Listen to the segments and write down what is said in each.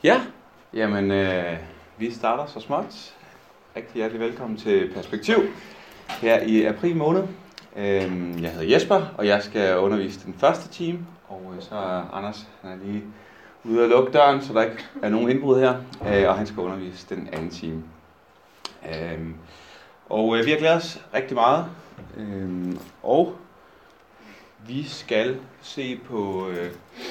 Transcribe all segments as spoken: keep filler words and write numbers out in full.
Ja, jamen øh, vi starter så småt. Rigtig hjertelig velkommen til Perspektiv her i april måned. Øh, jeg hedder Jesper, og jeg skal undervise den første time. Og så er Anders, han er lige ude at lukke døren, så der ikke er nogen indbrud her. Øh, og han skal undervise den anden time. Øh, og øh, vi har glædet os rigtig meget. Øh, og vi skal se på... Øh,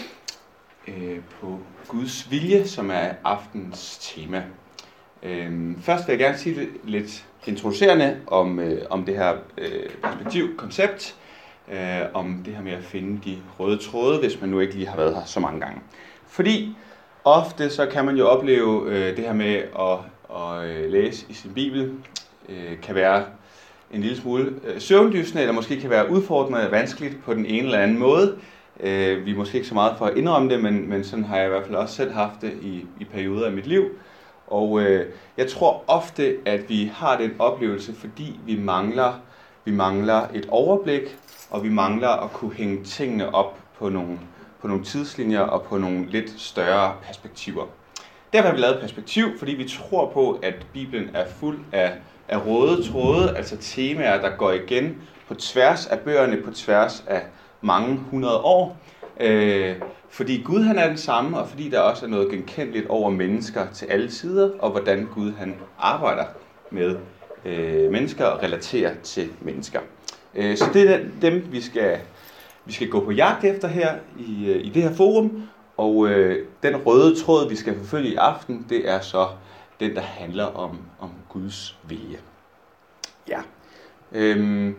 på Guds vilje, som er aftens tema. Først vil jeg gerne sige lidt introducerende om, om det her perspektiv-koncept, om det her med at finde de røde tråde, hvis man nu ikke lige har været her så mange gange. Fordi ofte så kan man jo opleve det her med at, at læse i sin bibel, kan være en lille smule søvndyssende, eller måske kan være udfordrende eller vanskeligt på den ene eller anden måde. Vi er måske ikke så meget for at indrømme det, men, men sådan har jeg i hvert fald også selv haft det i, i perioder af mit liv. Og øh, jeg tror ofte, at vi har den oplevelse, fordi vi mangler, vi mangler et overblik, og vi mangler at kunne hænge tingene op på nogle, på nogle tidslinjer og på nogle lidt større perspektiver. Derfor har vi lavet perspektiv, fordi vi tror på, at Bibelen er fuld af, af røde tråde, altså temaer, der går igen på tværs af bøgerne, på tværs af mange hundrede år, øh, fordi Gud han er den samme, og fordi der også er noget genkendeligt over mennesker til alle tider, og hvordan Gud han arbejder med øh, mennesker og relaterer til mennesker. Øh, så det er dem, vi skal, vi skal gå på jagt efter her i, i det her forum, og øh, den røde tråd, vi skal forfølge i aften, det er så den, der handler om, om Guds vilje. Ja. Øh,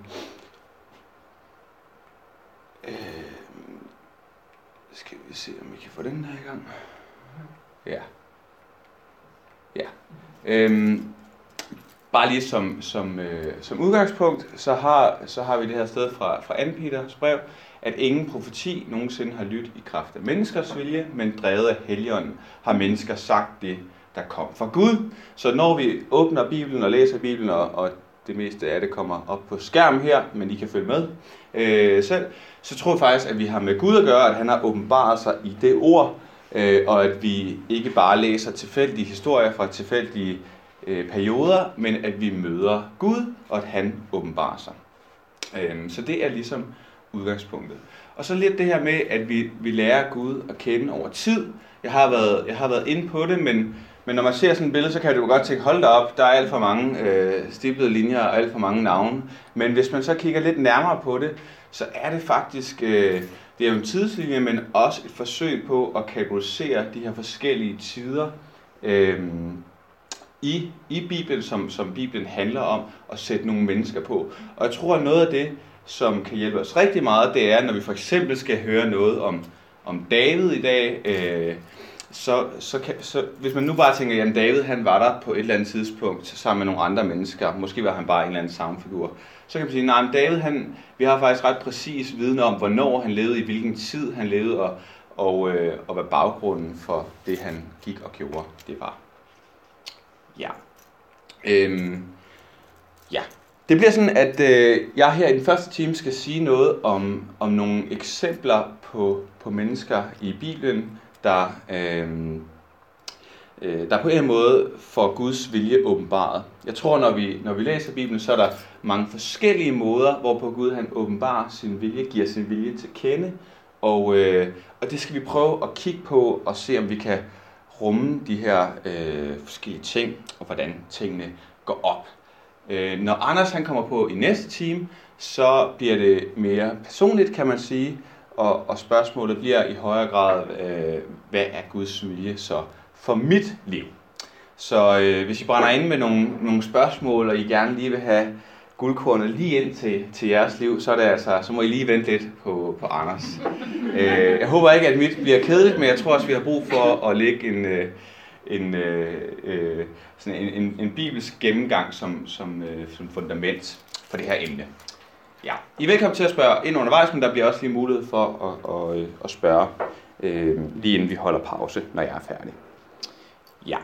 Øh, skal vi se, om vi kan få den her i gang. Ja. Ja. Øhm, bare lige som, som, øh, som udgangspunkt, så har, så har vi det her sted fra, fra anden Peters brev, at ingen profeti nogensinde har lyttet i kraft af menneskers vilje, men drevet af Helligånden har mennesker sagt det, der kom fra Gud. Så når vi åbner Bibelen og læser Bibelen, og, og det meste af det kommer op på skærmen her, men I kan følge med øh, selv, så tror jeg faktisk, at vi har med Gud at gøre, at han har åbenbaret sig i det ord, øh, og at vi ikke bare læser tilfældige historier fra tilfældige øh, perioder, men at vi møder Gud, og at han åbenbarer sig. Øh, så det er ligesom udgangspunktet. Og så lidt det her med, at vi, vi lærer Gud at kende over tid. Jeg har været, jeg har været inde på det, men Men når man ser sådan et billede, så kan du jo godt tænke, hold da op, der er alt for mange øh, stiplede linjer og alt for mange navne. Men hvis man så kigger lidt nærmere på det, så er det faktisk, øh, det er jo en tidslinje, men også et forsøg på at kategorisere de her forskellige tider øh, i, i Bibelen, som, som Bibelen handler om, at sætte nogle mennesker på. Og jeg tror, at noget af det, som kan hjælpe os rigtig meget, det er, når vi for eksempel skal høre noget om, om David i dag, øh, Så, så, kan, så hvis man nu bare tænker, at David han var der på et eller andet tidspunkt sammen med nogle andre mennesker, måske var han bare en eller anden samefigur, så kan man sige, nej, David han, vi har faktisk ret præcis viden om, hvornår han levede, i hvilken tid han levede, og, og, øh, og hvad baggrunden for det, han gik og gjorde, det var. Ja. Øhm, ja. Det bliver sådan, at øh, jeg her i den første time skal sige noget om, om nogle eksempler på, på mennesker i Bibelen, der, øh, øh, der på en måde får Guds vilje åbenbaret. Jeg tror, når vi, når vi læser Bibelen, så er der mange forskellige måder, hvorpå Gud han åbenbarer sin vilje, giver sin vilje til kende. Og, øh, og det skal vi prøve at kigge på og se, om vi kan rumme de her øh, forskellige ting, og hvordan tingene går op. Øh, når Anders han kommer på i næste time, så bliver det mere personligt, kan man sige. Og, og spørgsmålet bliver i højere grad, øh, hvad er Guds vilje så for mit liv? Så øh, hvis I brænder ind med nogle, nogle spørgsmål, og I gerne lige vil have guldkornet lige ind til, til jeres liv, så, er det altså, så må I lige vente lidt på, på Anders. øh, jeg håber ikke, at mit bliver kedeligt, men jeg tror også, vi har brug for at lægge en, øh, en, øh, sådan en, en, en bibelsk gennemgang som, som, øh, som fundament for det her emne. Ja, I er velkommen til at spørge ind undervejs, men der bliver også lige mulighed for at, at, at spørge øh, lige inden vi holder pause, når jeg er færdig. Ja.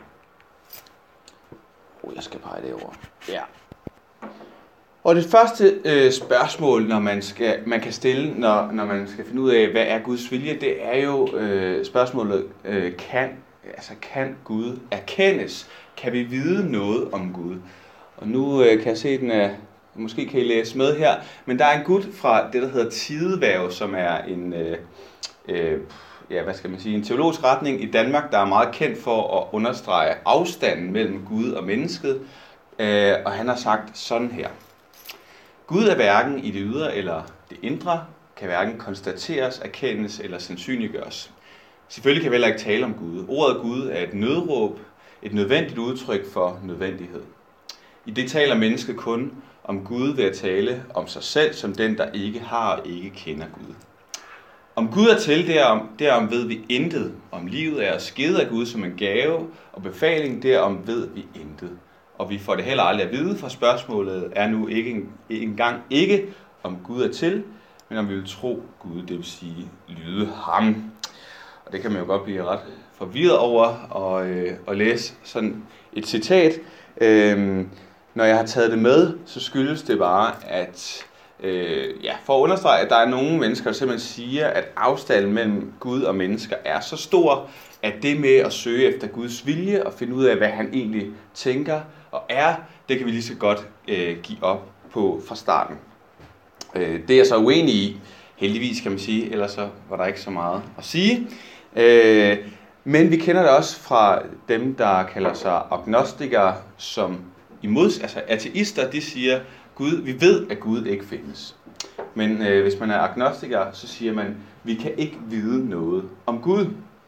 Oh, jeg skal pege det over. Ja. Og det første øh, spørgsmål, når man skal, man kan stille, når, når man skal finde ud af, hvad er Guds vilje, det er jo øh, spørgsmålet, øh, kan altså kan Gud erkendes? Kan vi vide noget om Gud? Og nu øh, kan jeg se, den er, måske kan I læse med her, men der er en gut fra det, der hedder Tidehverv, som er en, øh, øh, ja, hvad skal man sige, en teologisk retning i Danmark, der er meget kendt for at understrege afstanden mellem Gud og mennesket. Øh, og han har sagt sådan her: Gud er hverken i det ydre eller det indre, kan hverken konstateres, erkendes eller sandsynliggøres. Selvfølgelig kan vi heller ikke tale om Gud. Ordet Gud er et nødråb, et nødvendigt udtryk for nødvendighed. I det taler mennesket kun om Gud ved at tale om sig selv som den, der ikke har og ikke kender Gud. Om Gud er til, derom, derom ved vi intet. Om livet er os givet af Gud som en gave og befaling, derom ved vi intet. Og vi får det heller aldrig at vide, for spørgsmålet er nu ikke engang ikke, om Gud er til, men om vi vil tro Gud, det vil sige lyde ham. Og det kan man jo godt blive ret forvirret over og, øh, og læse sådan et citat. Øhm, når jeg har taget det med, så skyldes det bare, at øh, ja, for at understrege, at der er nogle mennesker, der simpelthen siger, at afstanden mellem Gud og mennesker er så stor, at det med at søge efter Guds vilje og finde ud af, hvad han egentlig tænker og er, det kan vi lige så godt øh, give op på fra starten. Øh, det er jeg så uenig i, heldigvis kan man sige, ellers så var der ikke så meget at sige. Øh, men vi kender det også fra dem, der kalder sig agnostikere, som imod, altså ateister, de siger, Gud, vi ved, at Gud ikke findes. Men øh, hvis man er agnostiker, så siger man, vi kan ikke vide noget om Gud.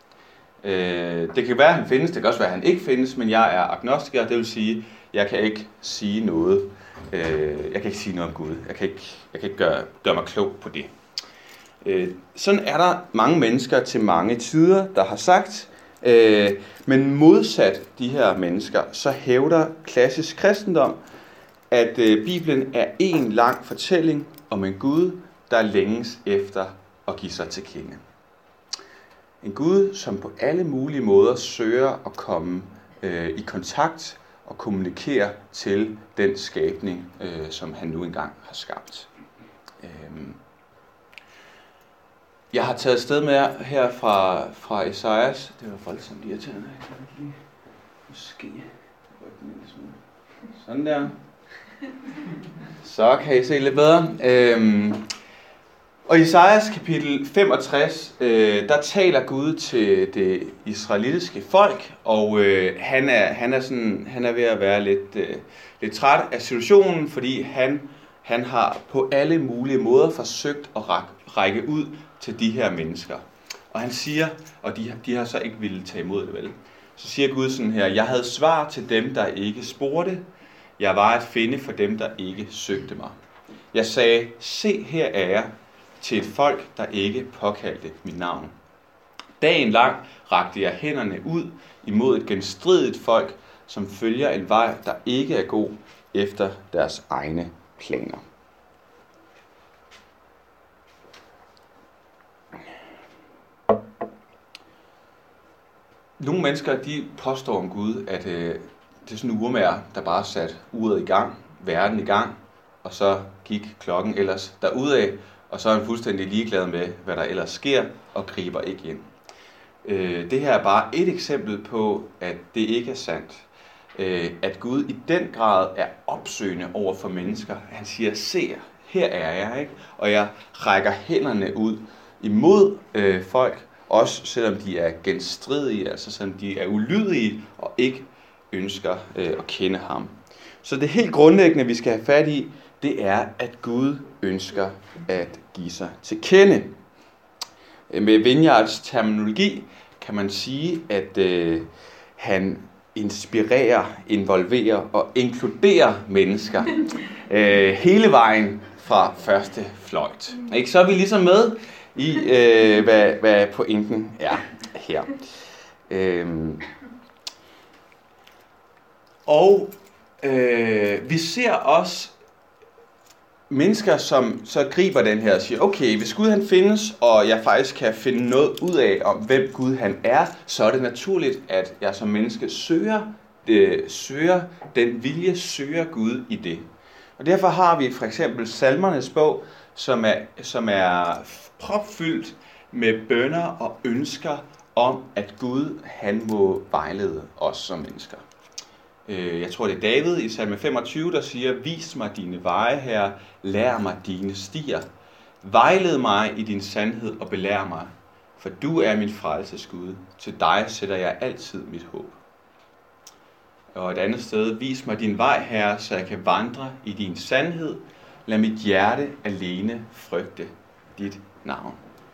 Øh, det kan være, at han findes, det kan også være, at han ikke findes, men jeg er agnostiker, det vil sige, jeg kan ikke sige noget. Øh, jeg kan ikke sige noget om Gud. Jeg kan ikke, jeg kan ikke gøre, gøre mig klog på det. Øh, sådan er der mange mennesker til mange tider, der har sagt, øh, men modsat de her mennesker, så hævder klassisk kristendom, at øh, Bibelen er en lang fortælling om en Gud, der længes efter at give sig til kende. En Gud, som på alle mulige måder søger at komme øh, i kontakt og kommunikere til den skabning, øh, som han nu engang har skabt. Øh, Jeg har taget et sted med her fra, fra Esajas. Det var voldsomt irriterende. Jeg kan ikke lige måske rykke den en smule. Sådan der. Så kan I se lidt bedre. Øhm, og i Esajas kapitel femogtres, øh, der taler Gud til det israelitiske folk, og øh, han, er, han, er sådan, han er ved at være lidt, øh, lidt træt af situationen, fordi han, han har på alle mulige måder forsøgt at række, række ud til de her mennesker. Og han siger, og de, de har så ikke ville tage imod det, vel? Så siger Gud sådan her: Jeg havde svar til dem, der ikke spurgte. Jeg var at finde for dem, der ikke søgte mig. Jeg sagde, se her er jeg, til et folk, der ikke påkaldte mit navn. Dagen lang rakte jeg hænderne ud imod et genstridigt folk, som følger en vej, der ikke er god efter deres egne planer. Nogle mennesker, de påstår om Gud, at øh, det er sådan en urmager, der bare satte uret i gang, verden i gang, og så gik klokken ellers derudad, og så er han fuldstændig ligeglad med, hvad der ellers sker, og griber ikke ind. Øh, det her er bare et eksempel på, at det ikke er sandt. Øh, at Gud i den grad er opsøgende over for mennesker. Han siger, se, her er jeg, ikke? Og jeg rækker hænderne ud imod øh, folk, også selvom de er genstridige, altså selvom de er ulydige og ikke ønsker øh, at kende ham. Så det helt grundlæggende, vi skal have fat i, det er, at Gud ønsker at give sig til kende. Med Vineyards terminologi kan man sige, at øh, han inspirerer, involverer og inkluderer mennesker øh, hele vejen fra første fløjt. Ikke? Så er vi ligesom med i, øh, hvad, hvad pointen er her. Øhm. Og øh, vi ser også mennesker, som så griber den her og siger, okay, hvis Gud han findes, og jeg faktisk kan finde noget ud af, om hvem Gud han er, så er det naturligt, at jeg som menneske søger, det, søger den vilje, søger Gud i det. Og derfor har vi for eksempel Salmernes bog, som er, som er propfyldt med bønner og ønsker om, at Gud han må vejlede os som mennesker. Jeg tror, det er David i salme femogtyve, der siger, vis mig dine veje, Herre, lær mig dine stier. Vejled mig i din sandhed og belær mig, for du er min frelses Gud. Til dig sætter jeg altid mit håb. Og et andet sted, vis mig din vej, Herre, så jeg kan vandre i din sandhed. Lad mit hjerte alene frygte dit navn.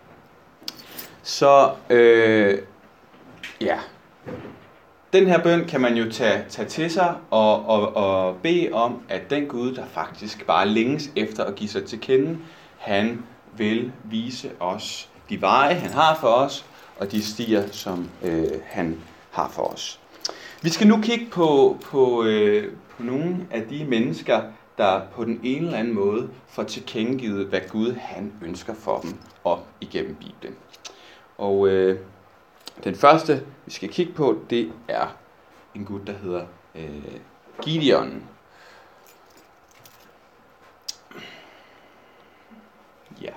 Så, øh, ja, den her bøn kan man jo tage, tage til sig og, og, og bede om, at den Gud, der faktisk bare længes efter at give sig til kende, han vil vise os de veje, han har for os, og de stier, som øh, han har for os. Vi skal nu kigge på, på, øh, på nogle af de mennesker, der på den ene eller anden måde får tilkendegivet, hvad Gud han ønsker for dem op igennem Bibelen. Og øh, den første, vi skal kigge på, det er en gut, der hedder øh, Gideon. Ja.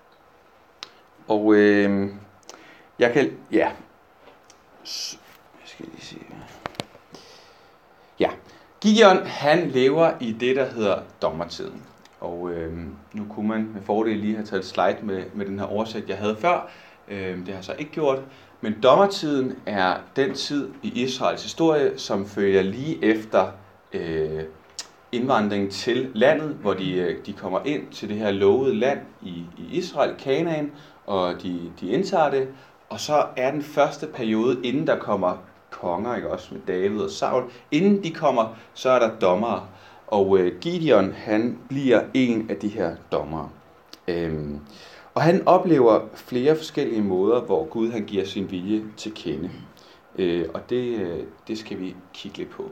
Og øh, jeg kan, ja. Jeg skal lige se. Ja. Gideon, han lever i det, der hedder dommertiden. Og øh, nu kunne man med fordel lige have taget et slide med, med den her oversigt, jeg havde før. Øh, det har jeg så ikke gjort. Men dommertiden er den tid i Israels historie, som følger lige efter øh, indvandringen til landet, hvor de, de kommer ind til det her lovede land i, i Israel, Kanaan, og de, de indtager det. Og så er den første periode, inden der kommer konger, ikke også, med David og Saul. Inden de kommer, så er der dommere. Og øh, Gideon, han bliver en af de her dommere. Øhm, Og han oplever flere forskellige måder, hvor Gud han giver sin vilje til kende. Øh, og det, det skal vi kigge lidt på.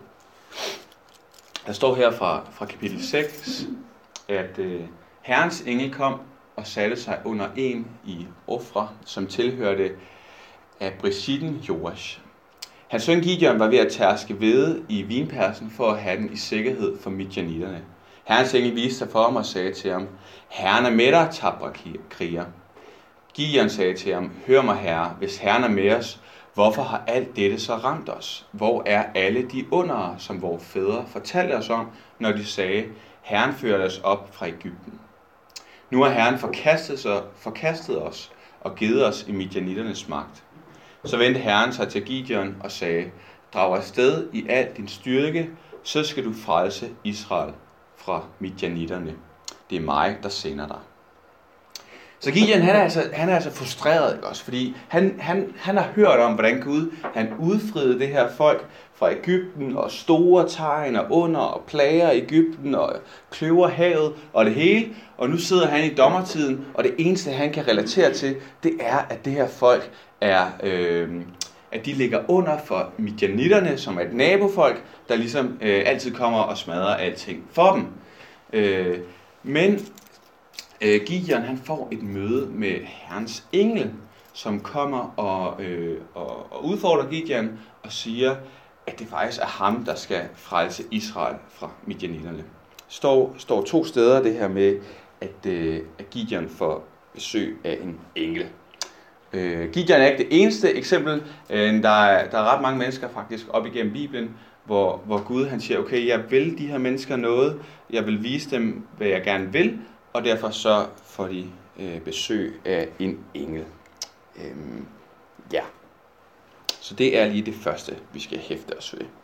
Der står her fra, fra kapitel seks, at øh, Herrens engel kom og satte sig under en i Ofra, som tilhørte af Brishitten Joash. Hans søn Gideon var ved at tærske hvede i vinpersen for at have den i sikkerhed for midjanitterne. Herrens engel viste sig for ham og sagde til ham, Herren er med dig, tapre kriger. Gideon sagde til ham, hør mig herre, hvis Herren er med os, hvorfor har alt dette så ramt os? Hvor er alle de undere, som vores fædre fortalte os om, når de sagde, Herren førte os op fra Egypten? Nu har Herren forkastet, sig, forkastet os og givet os i midjanitternes magt. Så vendte Herren sig til Gideon og sagde, drag afsted i al din styrke, så skal du frelse Israel fra midjanitterne. Det er mig, der sender dig. Så Gideon, han er altså, han er altså frustreret, ikke også? Fordi han, han, han har hørt om, hvordan Gud han udfriede det her folk fra Egypten, og store tegn og under og plager i Egypten, og kløver havet og det hele. Og nu sidder han i dommertiden, og det eneste, han kan relatere til, det er, at det her folk er, øh, at de ligger under for midjanitterne, som er et nabofolk, der ligesom øh, altid kommer og smadrer alting for dem. Øh, men øh, Gideon, han får et møde med Herrens engel, som kommer og, øh, og, og udfordrer Gideon og siger, at det faktisk er ham, der skal frelse Israel fra midjanitterne. Står, står to steder det her med, at, øh, at Gideon får besøg af en engel. Øh, Gideon er ikke det eneste eksempel. Øh, der, er, der er ret mange mennesker faktisk op igennem Bibelen, hvor, hvor Gud han siger, okay, jeg vil de her mennesker noget, jeg vil vise dem, hvad jeg gerne vil, og derfor så får de øh, besøg af en engel. Øh, ja. Så det er lige det første, vi skal hæfte os ved.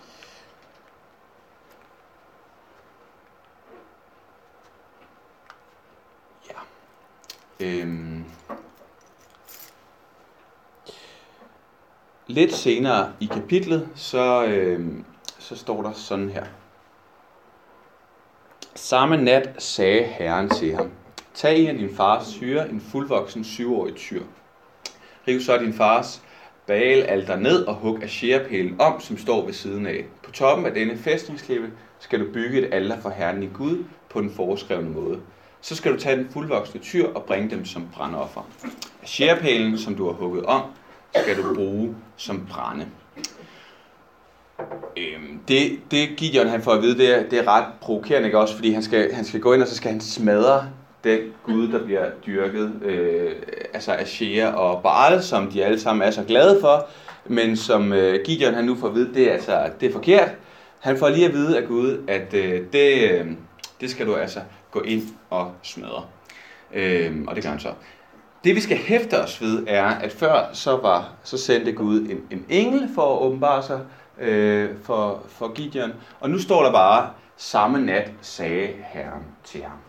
Ja. Øhm. Lidt senere i kapitlet, så, øhm, så står der sådan her. Samme nat sagde Herren til ham, tag en af din fars hyre, en fuldvoksen syvårig tyr. Riv så din fars Baal-alter ned og hug Asherah-pælen om, som står ved siden af. På toppen af denne fæstningsklippe skal du bygge et alter for Herren din Gud på den foreskrevne måde. Så skal du tage den fuldvoksne tyr og bringe dem som brandoffer. Asherah-pælen, som du har hugget om, skal du bruge som brænde. Øhm, det, det Gideon han får at vide, det er, det er ret provokerende, ikke også? Fordi han skal, han skal gå ind, og så skal han smadre den Gud, der bliver dyrket, øh, altså Ashera og Baal, som de alle sammen er så glade for, men som øh, Gideon han nu får at vide, det er, altså, det er forkert. Han får lige at vide af Gud, at øh, det, øh, det skal du altså gå ind og smadre. Øh, og det gør han så. Det vi skal hæfte os ved er, at før så, var, så sendte Gud en, en engel for at åbenbare sig øh, for, for Gideon, og nu står der bare, samme nat sagde Herren til ham.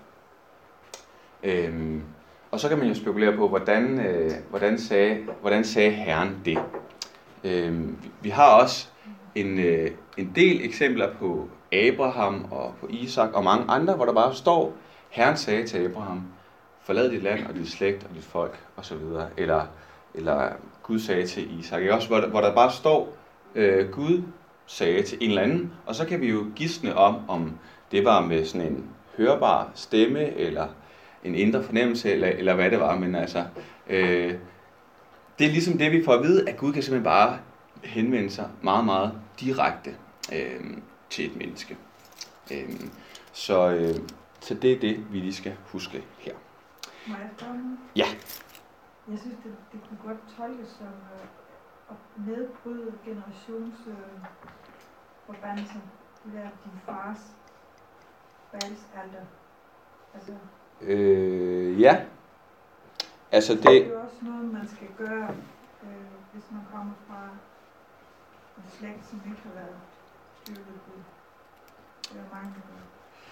Øhm, og så kan man jo spekulere på, hvordan, øh, hvordan, sagde, hvordan sagde Herren det. Øhm, vi har også en, øh, en del eksempler på Abraham og på Isak og mange andre, hvor der bare står, Herren sagde til Abraham, forlad dit land og dit slægt og dit folk osv. Eller, eller Gud sagde til Isak. Også, hvor, der, hvor der bare står, øh, Gud sagde til en eller anden, og så kan vi jo gisne om, om det var med sådan en hørbar stemme, eller en indre fornemmelse, eller, eller hvad det var, men altså, øh, det er ligesom det, vi får at vide, at Gud kan simpelthen bare henvende sig meget, meget direkte øh, til et menneske. Øh, så, øh, så det er det, vi lige skal huske her. Må jeg spørge noget? Ja. Jeg synes, det, det kunne godt tolkes som øh, at nedbryde generations øh, forbandelser. Det der din fars Baals alter. Altså, Øh, ja. Altså det... det er jo også noget, man skal gøre, øh, hvis man kommer fra en slægt, som ikke har været styrket Gud. Det er mange, der gør.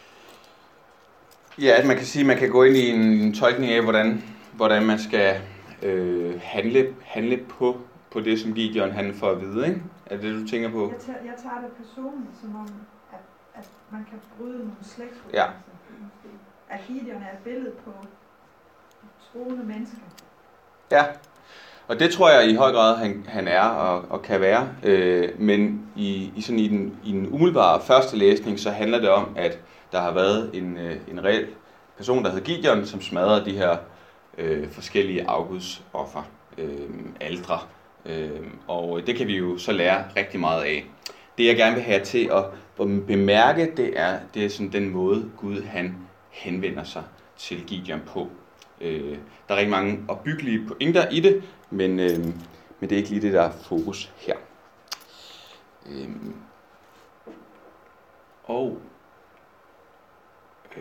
Ja, at man kan sige, at man kan gå ind i en, en tolkning af, hvordan, hvordan man skal øh, handle, handle på, på det, som Gideon han får at vide, ikke? Er det det, du tænker på? Jeg tager, jeg tager det personligt, som om, at, at man kan bryde nogle slægtsforbindelser. Ja. At Gideon er et billede på troende mennesker. Ja, og det tror jeg i høj grad, han, han er og, og kan være. Øh, men i, i, sådan i, den, i den umiddelbare første læsning, så handler det om, at der har været en, en reel person, der hed Gideon, som smadrede de her øh, forskellige afgudsoffer, øh, aldre. Øh, og det kan vi jo så lære rigtig meget af. Det jeg gerne vil have til at, at bemærke, det er, det er sådan den måde, Gud han henvender sig til Gideon på. Øh, der er rigtig mange opbyggelige pointer i det, men, øh, men det er ikke lige det, der er fokus her. Øh, og øh,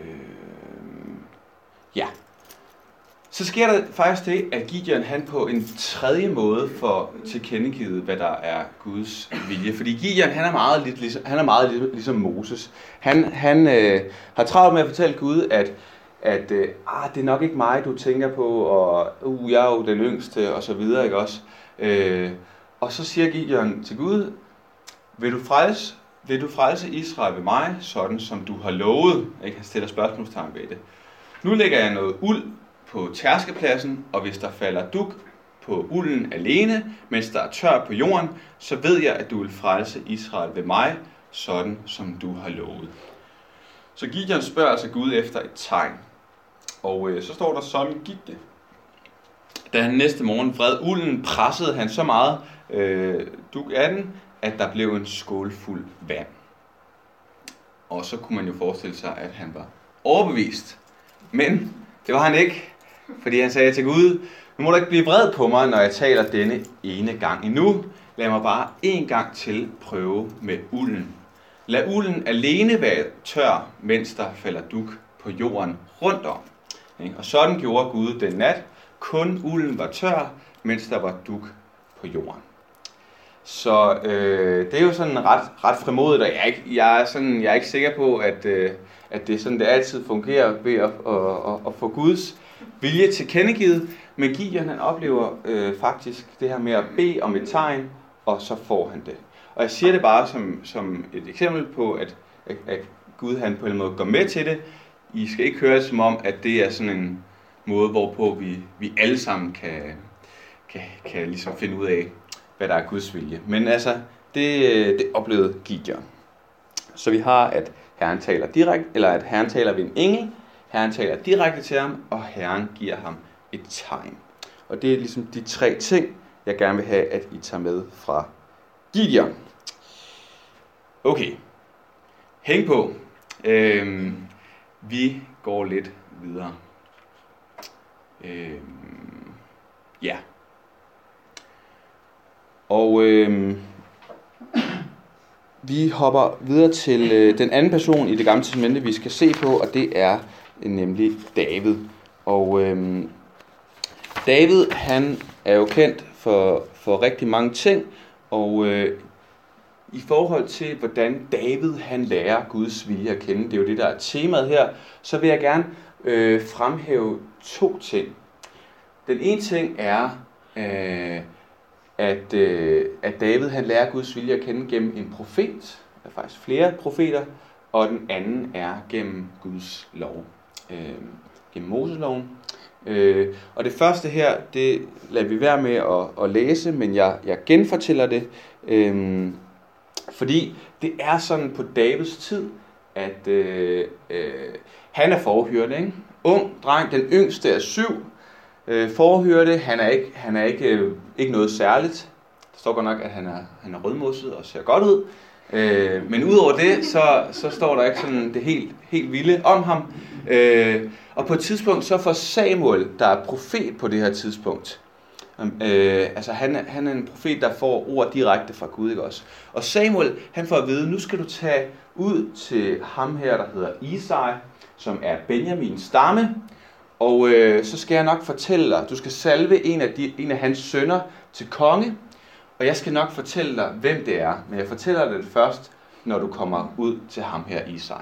ja, så sker der faktisk det, at Gideon han på en tredje måde får tilkendegivet, hvad der er Guds vilje. Fordi Gideon han er meget lidt ligesom, han er meget lidt, ligesom Moses. Han, han øh, har travlt med at fortælle Gud, at at øh, ah, det er nok ikke mig, du tænker på, og uh, jeg er jo den yngste, og så videre, ikke også? Øh, og så siger Gideon til Gud, vil du frelse, vil du frelse Israel ved mig, sådan som du har lovet? Ikke? Han stiller spørgsmålstegn ved det. Nu lægger jeg noget uld på tærskepladsen, og hvis der falder dug på ulden alene, mens der er tør på jorden, så ved jeg, at du vil frelse Israel ved mig, sådan som du har lovet. Så Gideon spørger altså Gud efter et tegn. Og øh, så står der, sådan gik det. Da han næste morgen vred ulden, pressede han så meget øh, dug af den, at der blev en skål fuld vand. Og så kunne man jo forestille sig, at han var overbevist. Men det var han ikke, fordi han sagde til Gud, nu må du ikke blive vred på mig, når jeg taler denne ene gang endnu. Lad mig bare en gang til prøve med ulden. Lad ulden alene være tør, mens der falder dug på jorden rundt om. Og sådan gjorde Gud den nat. Kun ulden var tør, mens der var dug på jorden. Så øh, det er jo sådan ret, ret frimodigt, og jeg er, ikke, jeg, er sådan, jeg er ikke sikker på, at, øh, at det er sådan, det altid fungerer ved at, at, at, at få Guds vilje tilkendegivet. Men Gideon han oplever øh, faktisk det her med at bede om et tegn, og så får han det. Og jeg siger det bare som, som et eksempel på, at, at, at Gud han på en måde går med til det. I skal ikke høre det som om, at det er sådan en måde, hvorpå vi, vi alle sammen kan, kan, kan ligesom finde ud af, hvad der er Guds vilje. Men altså, det, det oplevede Gideon. Så vi har, at Herren taler direkte, eller at Herren taler ved en engel, Herren taler direkte til ham, og Herren giver ham et tegn. Og det er ligesom de tre ting, jeg gerne vil have, at I tager med fra Gideon. Okay, hæng på. Øhm, vi går lidt videre. Øh, ja. Og øh, vi hopper videre til øh, den anden person i Det Gamle Testamente, vi skal se på, og det er øh, nemlig David. Og øh, David, han er jo kendt for, for rigtig mange ting, og øh, i forhold til, hvordan David han lærer Guds vilje at kende, det er jo det, der er temaet her, så vil jeg gerne øh, fremhæve to ting. Den ene ting er, øh, at, øh, at David han lærer Guds vilje at kende gennem en profet, der er faktisk flere profeter, og den anden er gennem Guds lov, øh, gennem Moseloven. Øh, og det første her, det lader vi være med at, at læse, men jeg, jeg genfortæller det, øh, fordi det er sådan på Davids tid, at øh, øh, han er forhyrte, ikke? Ung dreng, den yngste er syv, øh, forhyrte, han er ikke, han er ikke, øh, ikke noget særligt. Der står godt nok, at han er, han er rødmosset og ser godt ud. Øh, men udover det, så, så står der ikke sådan det helt, helt vilde om ham. Øh, og på et tidspunkt, så får Samuel, der er profet på det her tidspunkt, øh, altså han, han er en profet, der får ord direkte fra Gud, ikke også? Og Samuel, han får at vide, nu skal du tage ud til ham her, der hedder Isai, som er Benjamins stamme, og øh, så skal jeg nok fortælle dig, du skal salve en af, de, en af hans sønner til konge, og jeg skal nok fortælle dig, hvem det er, men jeg fortæller det først, når du kommer ud til ham her, Isai.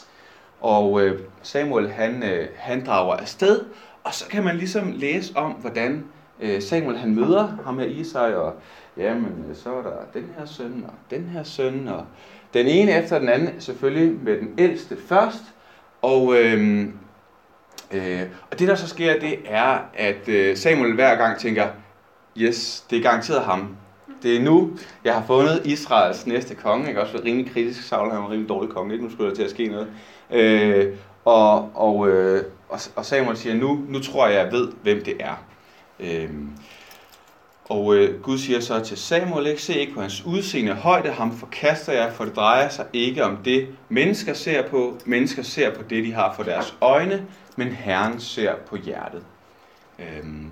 Og øh, Samuel, han, øh, han drager afsted, og så kan man ligesom læse om, hvordan øh, Samuel, han møder ham her, Isai, og jamen, så er der den her søn, og den her søn, og den ene efter den anden, selvfølgelig med den ældste først, og, øh, øh, og det der så sker, det er, at øh, Samuel hver gang tænker, yes, det er garanteret ham. Det er nu, jeg har fundet Israels næste konge. Jeg kan også være rimelig kritisk, Saul han var en rimelig dårlig konge, ikke? Nu skulle der til at ske noget. Øh, og, og, øh, og Samuel siger, nu, nu tror jeg, jeg ved, hvem det er. Øh, og øh, Gud siger så til Samuel, ikke? Se ikke på hans udseende højde, ham forkaster jeg, for det drejer sig ikke om det, mennesker ser på. Mennesker ser på det, de har for deres øjne, men Herren ser på hjertet. Øh,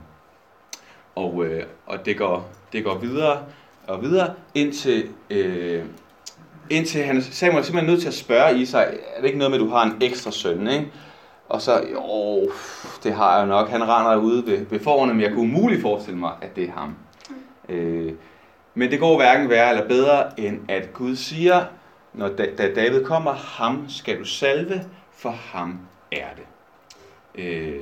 og, øh, og det går, det går videre og videre, indtil, øh, indtil han, Samuel er simpelthen nødt til at spørge Isai, er det ikke noget med, at du har en ekstra søn, ikke? Og så, jo, det har jeg jo nok, han render ude ved, ved forerne, men jeg kunne umuligt forestille mig, at det er ham. Øh, men det går hverken værre eller bedre, end at Gud siger, når da, da David kommer, ham skal du salve, for ham er det. Øh,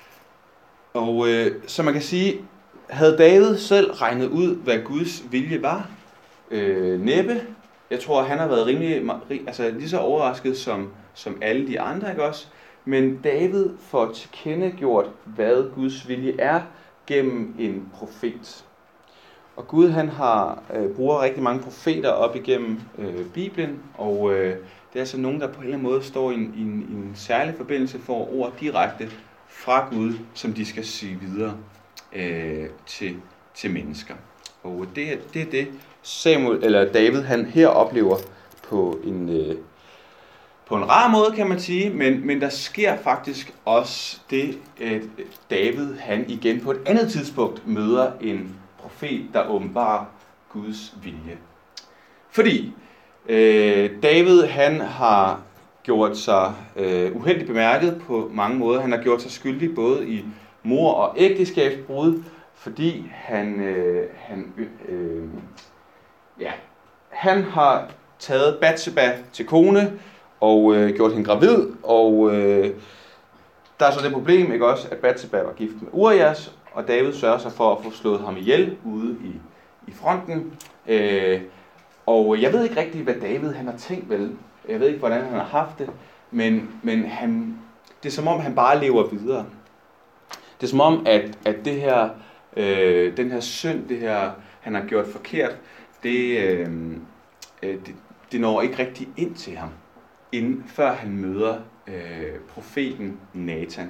og øh, så man kan sige, havde David selv regnet ud, hvad Guds vilje var? Øh, næppe. Jeg tror, han har været rimelig, altså lige så overrasket som, som alle de andre, ikke også? Men David får tilkendegjort, hvad Guds vilje er, gennem en profet. Og Gud, han har øh, bruger rigtig mange profeter op igennem øh, Bibelen, og øh, det er altså nogen, der på en eller anden måde står i en, i en, i en særlig forbindelse for ord direkte fra Gud, som de skal sige videre øh, til, til mennesker. Og det er det, er det Samuel, eller David, han her oplever på en, øh, på en rar måde, kan man sige, men, men der sker faktisk også det, at David, han igen på et andet tidspunkt møder en profet, der åbenbarer Guds vilje. Fordi øh, David, han har gjort sig øh, uheldigt bemærket på mange måder. Han har gjort sig skyldig både i mor- og ægteskabsbrud, fordi han, øh, han, øh, ja, han har taget Batseba til kone og øh, gjort hende gravid, og øh, der er så det problem, ikke også, at Batseba var gift med Urias, og David sørger sig for at få slået ham ihjel ude i, i fronten. Øh, og jeg ved ikke rigtig, hvad David han har tænkt vel. Jeg ved ikke, hvordan han har haft det, men, men han, det er som om, han bare lever videre. Det er som om, at, at det her, øh, den her synd, det her, han har gjort forkert, det, øh, det, det når ikke rigtig ind til ham, inden før han møder øh, profeten Nathan.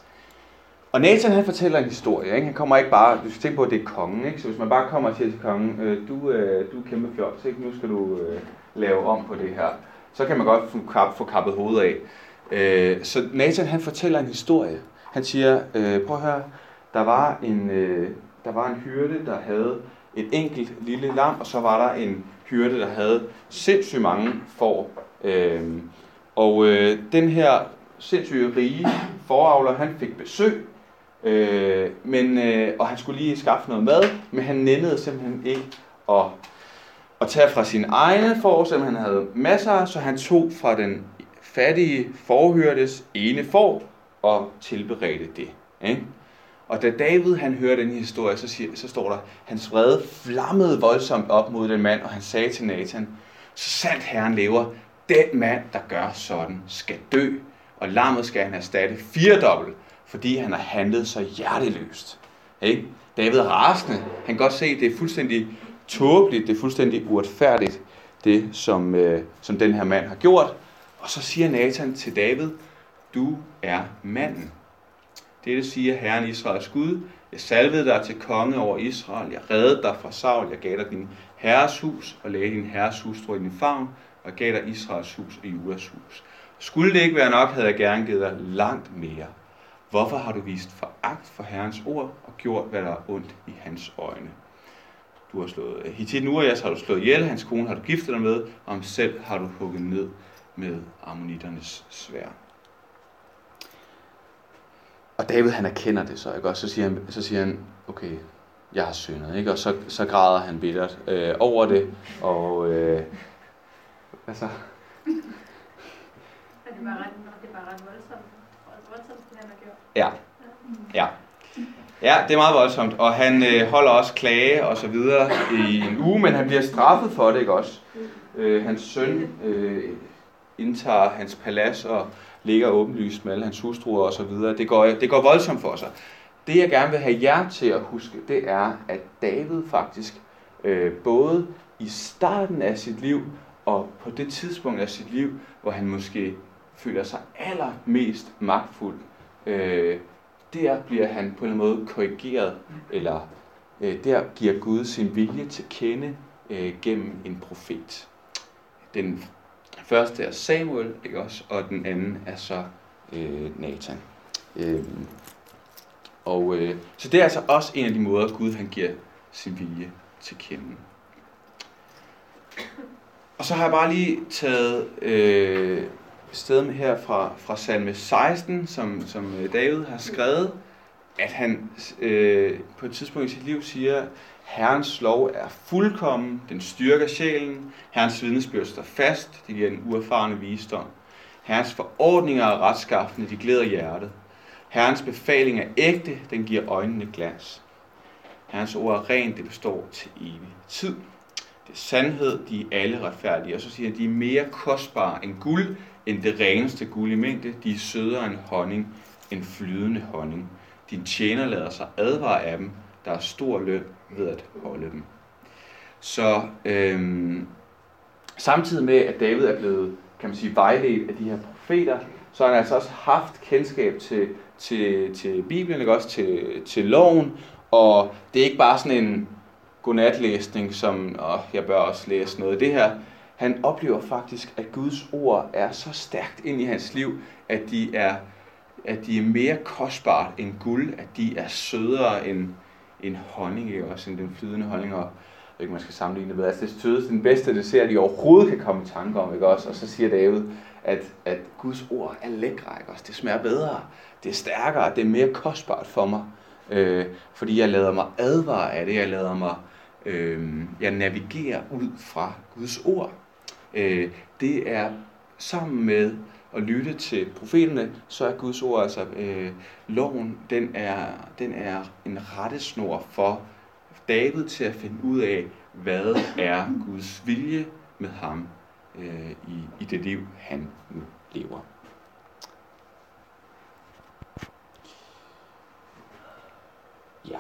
Og Nathan, han fortæller en historie, ikke? Han kommer ikke bare, du skal tænke på, at det er kongen, ikke? Så hvis man bare kommer og siger til kongen, øh, du, øh, du er kæmpe fjolls, ikke? Nu skal du øh, lave om på det her, så kan man godt få, kap, få kappet hovedet af. Øh, så Nathan, han fortæller en historie. Han siger, øh, prøv at høre, der var en, øh, der var en hyrde, der havde et enkelt lille lam, og så var der en hyrde, der havde sindssygt mange får. Øh, og øh, den her sindssygt rige fåreavler, han fik besøg, øh, men, øh, og han skulle lige skaffe noget mad, men han nændede simpelthen ikke at, at tage fra sine egne får, selvom han havde masser, så han tog fra den fattige fårehyrdes ene får og tilberedte det. Ikke? Og da David han hører den historie, så, siger, så står der, hans vrede flammede voldsomt op mod den mand, og han sagde til Nathan, så sandt Herren lever, den mand, der gør sådan, skal dø, og lammet skal han erstatte firedobbelt, fordi han har handlet så hjerteløst. Ikke? David er rasende. Han kan godt se, at det er fuldstændig tåbeligt, det er fuldstændig uretfærdigt, det som, øh, som den her mand har gjort. Og så siger Nathan til David, du er manden. Dette siger Herren Israels Gud, jeg salvede dig til konge over Israel, jeg reddede dig fra Saul, jeg gav dig din herres hus, og lagde din herres hustru i din favn, og gav dig Israels hus og Judas hus. Skulle det ikke være nok, havde jeg gerne givet dig langt mere. Hvorfor har du vist foragt for Herrens ord, og gjort, hvad der er ondt i hans øjne? Du har slået Hittiten Urias har du slået ihjel, hans kone har du giftet dig med, og ham selv har du hugget ned med ammonitternes sværd. Og David, han erkender det så, ikke? Og så siger han, så siger han, okay, jeg har syndet, ikke? Og så, så græder han bittert øh, over det, og øh, hvad så? Det var ret, det var ret voldsomt, voldsomt, det han har gjort. Ja, ja. Ja, det er meget voldsomt, og han øh, holder også klage og så videre i en uge, men han bliver straffet for det, ikke også? Øh, hans søn øh, indtager hans palads og ligger åbenlyst med alle hans hustruer og så videre. Det går, det går voldsomt for sig. Det jeg gerne vil have jer til at huske, det er, at David faktisk øh, både i starten af sit liv og på det tidspunkt af sit liv, hvor han måske føler sig allermest magtfuld, øh, der bliver han på en måde korrigeret, eller øh, der giver Gud sin vilje til kende øh, gennem en profet. Den første er Samuel, ikke også? Og den anden er så øh, Nathan. Øh, og øh, så det er altså også en af de måder, Gud han giver sin vilje til kende. Og så har jeg bare lige taget øh, sted med her fra, fra salme seksten, som, som David har skrevet, at han øh, på et tidspunkt i sit liv siger, Herrens lov er fuldkommen, den styrker sjælen, Herrens vidnesbyrd står fast, det giver en uerfarne visdom. Herrens forordninger er retskaffende, de glæder hjertet. Herrens befaling er ægte, den giver øjnene glans. Herrens ord er rent, det består til evig tid. Det er sandhed, de er alle retfærdige. Og så siger han, de er mere kostbare end guld, end det reneste guld i mængde. De er sødere end honning, end flydende honning. Din tjener lader sig advare af dem. Der er stor løn ved at holde dem. Så øhm, samtidig med, at David er blevet, kan man sige, vejledt af de her profeter, så har han altså også haft kendskab til, til, til Bibelen, ikke også til, til loven. Og det er ikke bare sådan en godnatlæsning, som åh, jeg bør også læse noget af det her. Han oplever faktisk, at Guds ord er så stærkt ind i hans liv, at de er, at de er mere kostbare end guld, at de er sødere end, end honning, ikke? Også end den flydende honning, og jeg ikke, man skal sammenligne det med. Altså det sødeste, den bedste dessert, de overhovedet kan komme i tanke om, ikke også? Og så siger David, at, at Guds ord er lækre, ikke også? Det smager bedre, det er stærkere, det er mere kostbart for mig, øh, fordi jeg lader mig advare af det, jeg lader mig Øh, jeg navigerer ud fra Guds ord. Øh, det er sammen med at lytte til profeterne, så er Guds ord, altså øh, loven, den er, den er en rettesnor for David til at finde ud af, hvad er Guds vilje med ham øh, i, i det liv, han nu lever. Ja.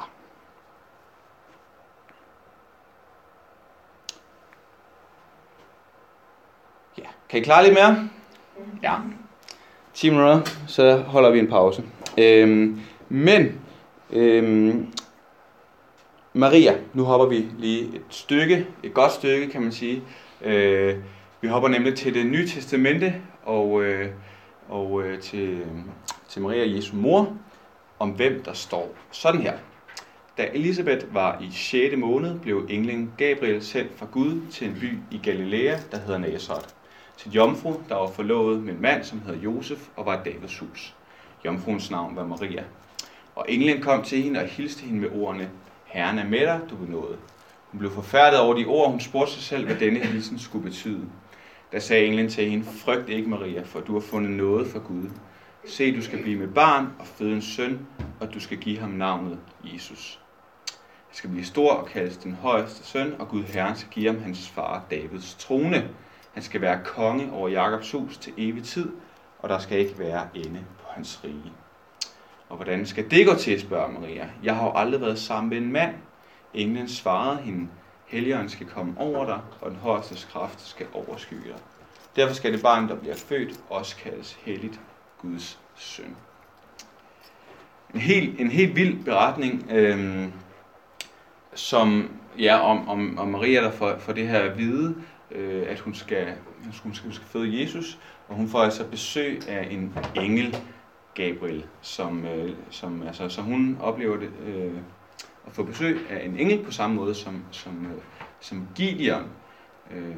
Ja. Kan I klare lidt mere? Ja. ti minutter, så holder vi en pause. Øhm, men, øhm, Maria, nu hopper vi lige et stykke, et godt stykke, kan man sige. Øh, vi hopper nemlig til Det Nye Testamente, og, øh, og øh, til, til Maria, Jesu mor. om hvem der står sådan her. Da Elisabeth var i sjette måned, blev englen Gabriel sendt fra Gud til en by i Galilea, der hedder Nazaret, til jomfru, der var forlovet med en mand, som hedder Josef og var i Davids hus. Jomfruens navn var Maria. Og englen kom til hende og hilste hende med ordene: Herren er med dig, du benådet. Hun blev forfærdet over de ord, hun spurgte sig selv, hvad denne hilsen skulle betyde. Da sagde englen til hende: Frygt ikke, Maria, for du har fundet noget fra Gud. Se, du skal blive med barn og føde en søn, og du skal give ham navnet Jesus. Han skal blive stor og kaldes den højeste søn, og Gud Herren skal give ham hans far Davids trone. Han skal være konge over Jakobs hus til evig tid, og der skal ikke være ende på hans rige. Og hvordan skal det gå til, spørger Maria. Jeg har jo aldrig været sammen med en mand. Englen svarede hende: Helligånden skal komme over dig, og den højeste kraft skal overskygge dig. Derfor skal det barn, der bliver født, også kaldes helligt Guds søn. En helt, en helt vild beretning, øhm, som ja, om, om, om Maria, der får, får det her at vide, øh, at hun skal, hun skal, hun skal føde Jesus, og hun får altså besøg af en engel, Gabriel, som, øh, som altså, så hun oplever det øh, at få besøg af en engel på samme måde som, som, øh, som Gideon. Øh,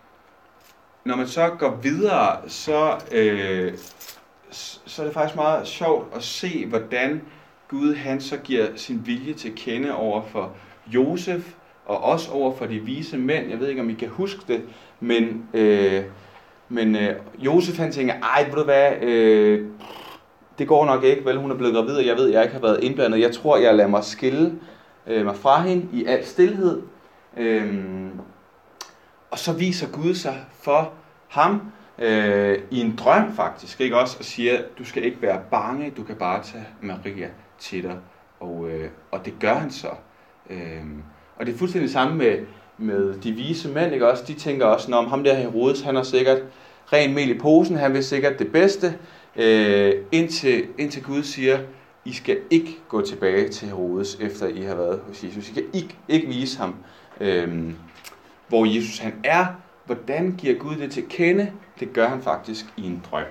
når man så går videre, så, øh, så er det faktisk meget sjovt at se, hvordan Gud han så giver sin vilje til kende over for Josef, og også over for de vise mænd. Jeg ved ikke, om I kan huske det, men, øh, men øh, Josef han tænker, ej, ved du hvad, øh, det går nok ikke, vel, hun er blevet gravid, og jeg ved, jeg ikke har været indblandet. Jeg tror, jeg lader mig skille øh, mig fra hende i al stilhed. Øhm, og så viser Gud sig for ham øh, i en drøm faktisk, ikke også, og siger, du skal ikke være bange, du kan bare tage Maria til dig. Og, øh, og det gør han så. Øhm, og det er fuldstændig det samme med, med de vise mænd, ikke også? De tænker også, om ham der Herodes, han har sikkert ren mel i posen, han vil sikkert det bedste. Øh, indtil, indtil Gud siger, I skal ikke gå tilbage til Herodes, efter I har været hos Jesus. I kan ikke, ikke vise ham, øh, hvor Jesus han er. Hvordan giver Gud det til kende? Det gør han faktisk i en drøm.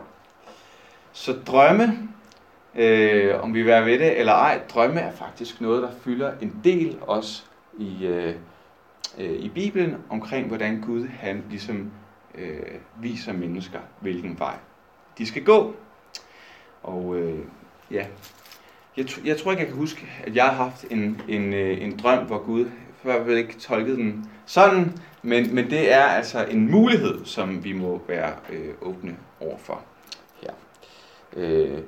Så drømme, øh, om vi vil være ved det eller ej, drømme er faktisk noget, der fylder en del også i, øh, øh, i Bibelen, omkring hvordan Gud han ligesom øh, viser mennesker, hvilken vej de skal gå. Og øh, ja, jeg, t- jeg tror ikke, jeg kan huske, at jeg har haft en, en, øh, en drøm, hvor Gud, før jeg ikke tolket den sådan, men, men det er altså en mulighed, som vi må være øh, åbne overfor. Ja. Øh,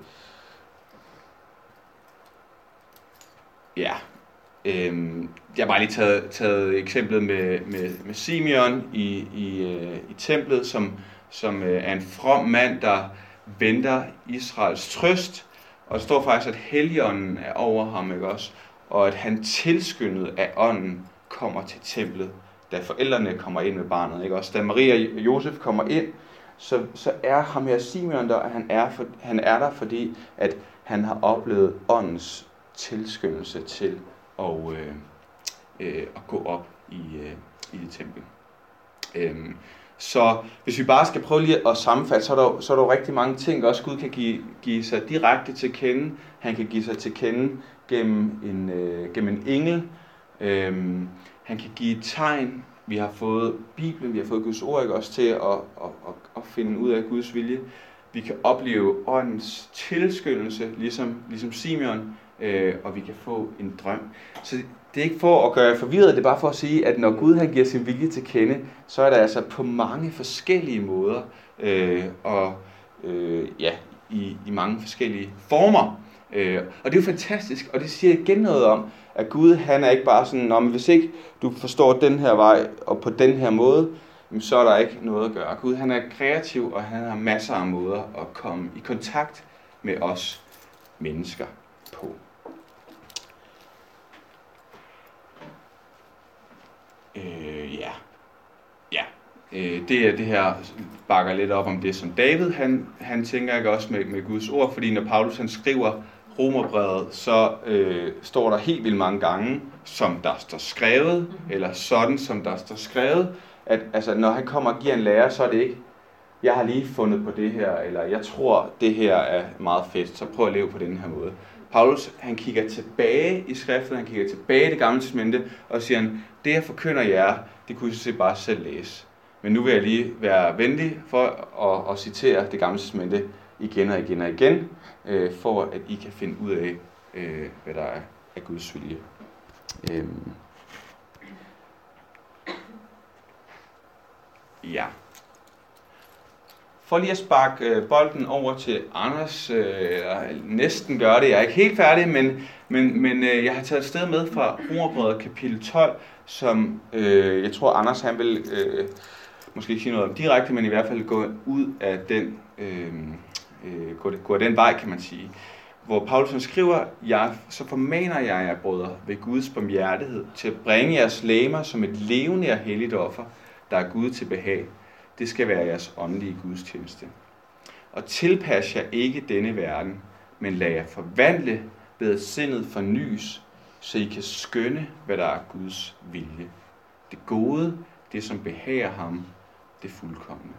ja. Øh, jeg har bare lige taget, taget eksemplet med, med, med Simeon i, i, øh, i templet, som, som øh, er en from mand, der venter Israels trøst, og der står faktisk, at Helligånden er over ham, ikke også? Og at han tilskyndet af ånden kommer til templet, da forældrene kommer ind med barnet, ikke også? Da Maria og Josef kommer ind, så, så er ham her Simeon der, og han er, for, han er der, fordi at han har oplevet åndens tilskyndelse til at, øh, øh, at gå op i, øh, i det tempel. Øhm, Så hvis vi bare skal prøve lige at sammenfatte, så er der, så er der rigtig mange ting, også Gud kan give, give sig direkte til kende. Han kan give sig til kende gennem en, øh, gennem en engel. Øhm, han kan give et tegn. Vi har fået Bibelen, vi har fået Guds ord, ikke, også til at, at, at, at finde ud af Guds vilje. Vi kan opleve åndens tilskyndelse, ligesom, ligesom Simeon, øh, og vi kan få en drøm. Så det er ikke for at gøre jer forvirret, det er bare for at sige, at når Gud han giver sin vilje til kende, så er der altså på mange forskellige måder, øh, og øh, ja, i, i mange forskellige former. Øh, og det er jo fantastisk, og det siger igen noget om, at Gud han er ikke bare sådan, nå, men hvis ikke du forstår den her vej, og på den her måde, så er der ikke noget at gøre. Gud han er kreativ, og han har masser af måder at komme i kontakt med os mennesker på. Øh, ja, ja. Øh, det er det her bakker lidt op om det, som David han, han tænker ikke også med, med Guds ord, fordi når Paulus han skriver Romerbrevet, så øh, står der helt vildt mange gange, som der står skrevet, eller sådan som der står skrevet, at altså, når han kommer og giver en lærer, så er det ikke, jeg har lige fundet på det her, eller jeg tror det her er meget fedt, så prøv at leve på den her måde. Paulus, han kigger tilbage i skriften, han kigger tilbage i det gamle testamente, og siger han, det jeg forkynder jer, det kunne I så bare selv læse. Men nu vil jeg lige være venlig for at, at citere det gamle testamente igen og igen og igen, øh, for at I kan finde ud af, øh, hvad der er af Guds vilje. Øhm. Ja. For lige at sparke øh, bolden over til Anders, øh, eller næsten gør det, jeg er ikke helt færdig, men, men, men øh, jeg har taget et sted med fra Romerbrevet kapitel tolv, som øh, jeg tror Anders han vil øh, måske ikke sige noget om direkte, men i hvert fald gå ud af den, øh, øh, gå, gå af den vej, kan man sige. Hvor Paulus skriver, jeg, så formaner jeg jer, brødre, ved Guds barmhjertighed, til at bringe jeres legemer som et levende og helligt offer, der er Gud til behag. Det skal være jeres åndelige gudstjeneste. Og tilpas jer ikke denne verden, men lad jer forvandle ved at sindet fornyes, så I kan skønne, hvad der er Guds vilje. Det gode, det som behager ham, det fuldkomne.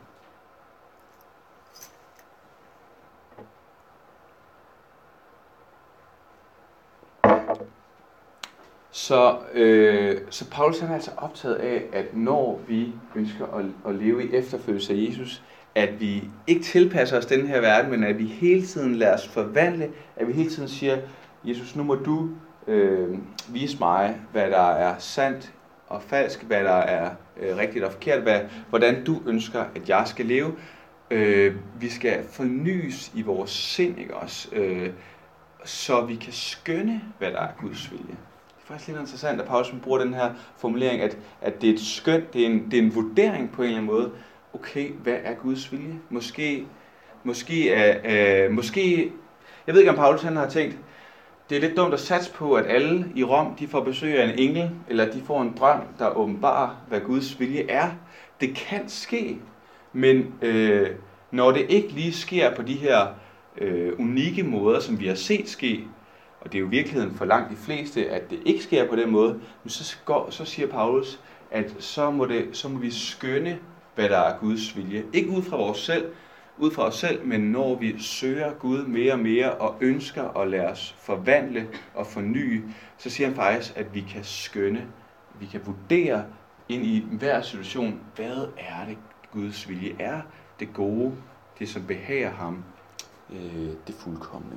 Så, øh, så Paulus er altså optaget af, at når vi ønsker at, at leve i efterfølgelse af Jesus, at vi ikke tilpasser os den her verden, men at vi hele tiden lader os forvandle, at vi hele tiden siger, Jesus, nu må du øh, vise mig, hvad der er sandt og falsk, hvad der er øh, rigtigt og forkert, hvad, hvordan du ønsker, at jeg skal leve. Øh, vi skal fornyes i vores sind, ikke også? Øh, så vi kan skønne, hvad der er Guds vilje. Det er faktisk lidt interessant, at Paulus bruger den her formulering, at, at det er et skøn, det er, en, det er en vurdering på en eller anden måde. Okay, hvad er Guds vilje? Måske, måske, er, øh, måske, jeg ved ikke om Paulus han har tænkt, det er lidt dumt at satse på, at alle i Rom, de får besøg af en engel, eller de får en drøm, der åbenbarer, hvad Guds vilje er. Det kan ske, men øh, når det ikke lige sker på de her øh, unikke måder, som vi har set ske, og det er jo virkeligheden for langt de fleste, at det ikke sker på den måde, men så, går, så siger Paulus, at så må, det, så må vi skønne, hvad der er Guds vilje. Ikke ud fra vores selv, ud fra os selv, men når vi søger Gud mere og mere og ønsker at lade os forvandle og forny, så siger han faktisk, at vi kan skønne, vi kan vurdere ind i hver situation, hvad er det Guds vilje er, det gode, det som behager ham, øh, det fuldkomne.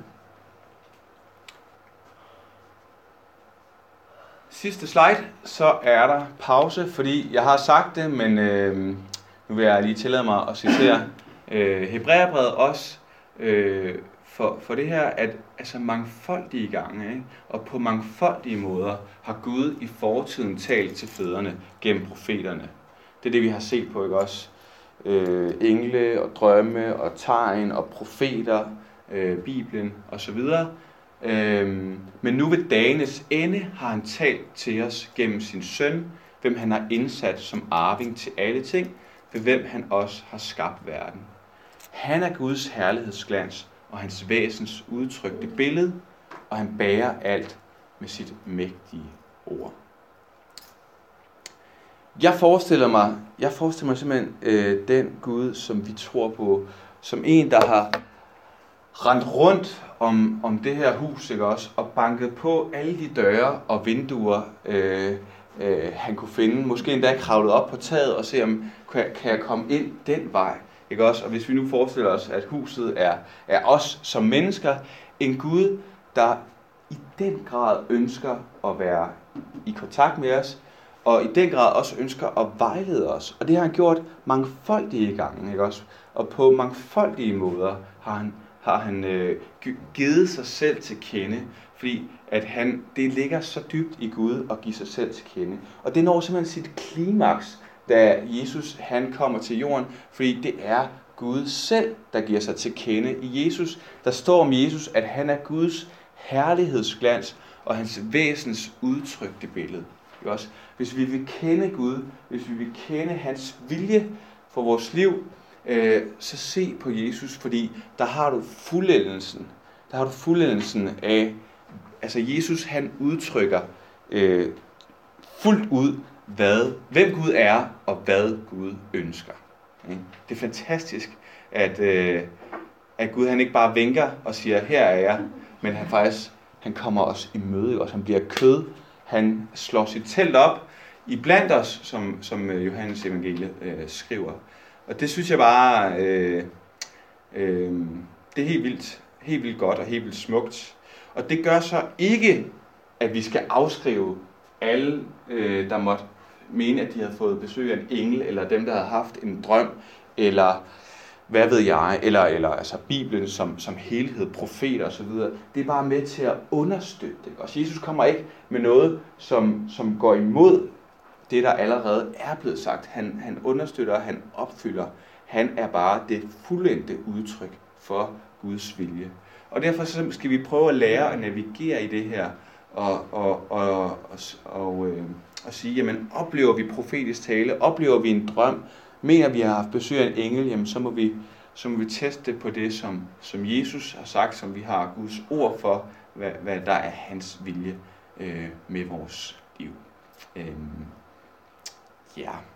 Sidste slide, så er der pause, fordi jeg har sagt det, men øh, nu vil jeg lige tillade mig at citere øh, Hebræerbrevet også øh, for, for det her, at altså mangfoldige gange, ikke? Og på mangfoldige måder har Gud i fortiden talt til fædrene gennem profeterne. Det er det, vi har set på, ikke også? Øh, engle og drømme og tegn og profeter, øh, Bibelen osv. Øhm, men nu ved dagenes ende har han talt til os gennem sin søn, hvem han har indsat som arving til alle ting, ved hvem han også har skabt verden. Han er Guds herlighedsglans og hans væsens udtrykte billede, og han bærer alt med sit mægtige ord. Jeg forestiller mig, jeg forestiller mig simpelthen øh, den Gud, som vi tror på, som en, der har rendt rundt om, om det her hus, ikke også, og banket på alle de døre og vinduer, øh, øh, han kunne finde. Måske endda kravlet op på taget og se, om kan, kan jeg komme ind den vej, ikke også? Og hvis vi nu forestiller os, at huset er, er os som mennesker, en Gud, der i den grad ønsker at være i kontakt med os, og i den grad også ønsker at vejlede os. Og det har han gjort mangfoldige gange, ikke også? Og på mangfoldige måder har han har han øh, givet sig selv til kende, fordi at han, det ligger så dybt i Gud at give sig selv til kende. Og det når simpelthen sit klimaks, da Jesus han kommer til jorden, fordi det er Gud selv, der giver sig til kende. I Jesus, der står om Jesus, at han er Guds herlighedsglans og hans væsens udtrykte billede. Også? Hvis vi vil kende Gud, hvis vi vil kende hans vilje for vores liv, så se på Jesus, fordi der har du fuldendelsen. Der har du fuldendelsen af, altså Jesus han udtrykker øh, fuldt ud, hvad, hvem Gud er, og hvad Gud ønsker. Det er fantastisk, at, øh, at Gud han ikke bare vinker og siger, her er jeg, men han faktisk han kommer os i møde, og han bliver kød. Han slår sit telt op i blandt os, som, som Johannes evangeliet øh, skriver. Og det synes jeg bare, øh, øh, det er helt vildt, helt vildt godt og helt vildt smukt. Og det gør så ikke, at vi skal afskrive alle, øh, der måtte mene, at de havde fået besøg af en engel, eller dem, der havde haft en drøm, eller hvad ved jeg, eller, eller altså Bibelen som, som helhed, profeter osv. Det er bare med til at understøtte det. Og Jesus kommer ikke med noget, som, som går imod det, der allerede er blevet sagt. Han, han understøtter, han opfylder. Han er bare det fuldendte udtryk for Guds vilje. Og derfor så skal vi prøve at lære at navigere i det her, og, og, og, og, og, øh, og sige, jamen oplever vi profetisk tale, oplever vi en drøm, mener vi har haft besøg af en engel, jamen så må vi, så må vi teste på det, som, som Jesus har sagt, som vi har Guds ord for, hvad, hvad der er hans vilje øh, med vores liv. Øh, ja.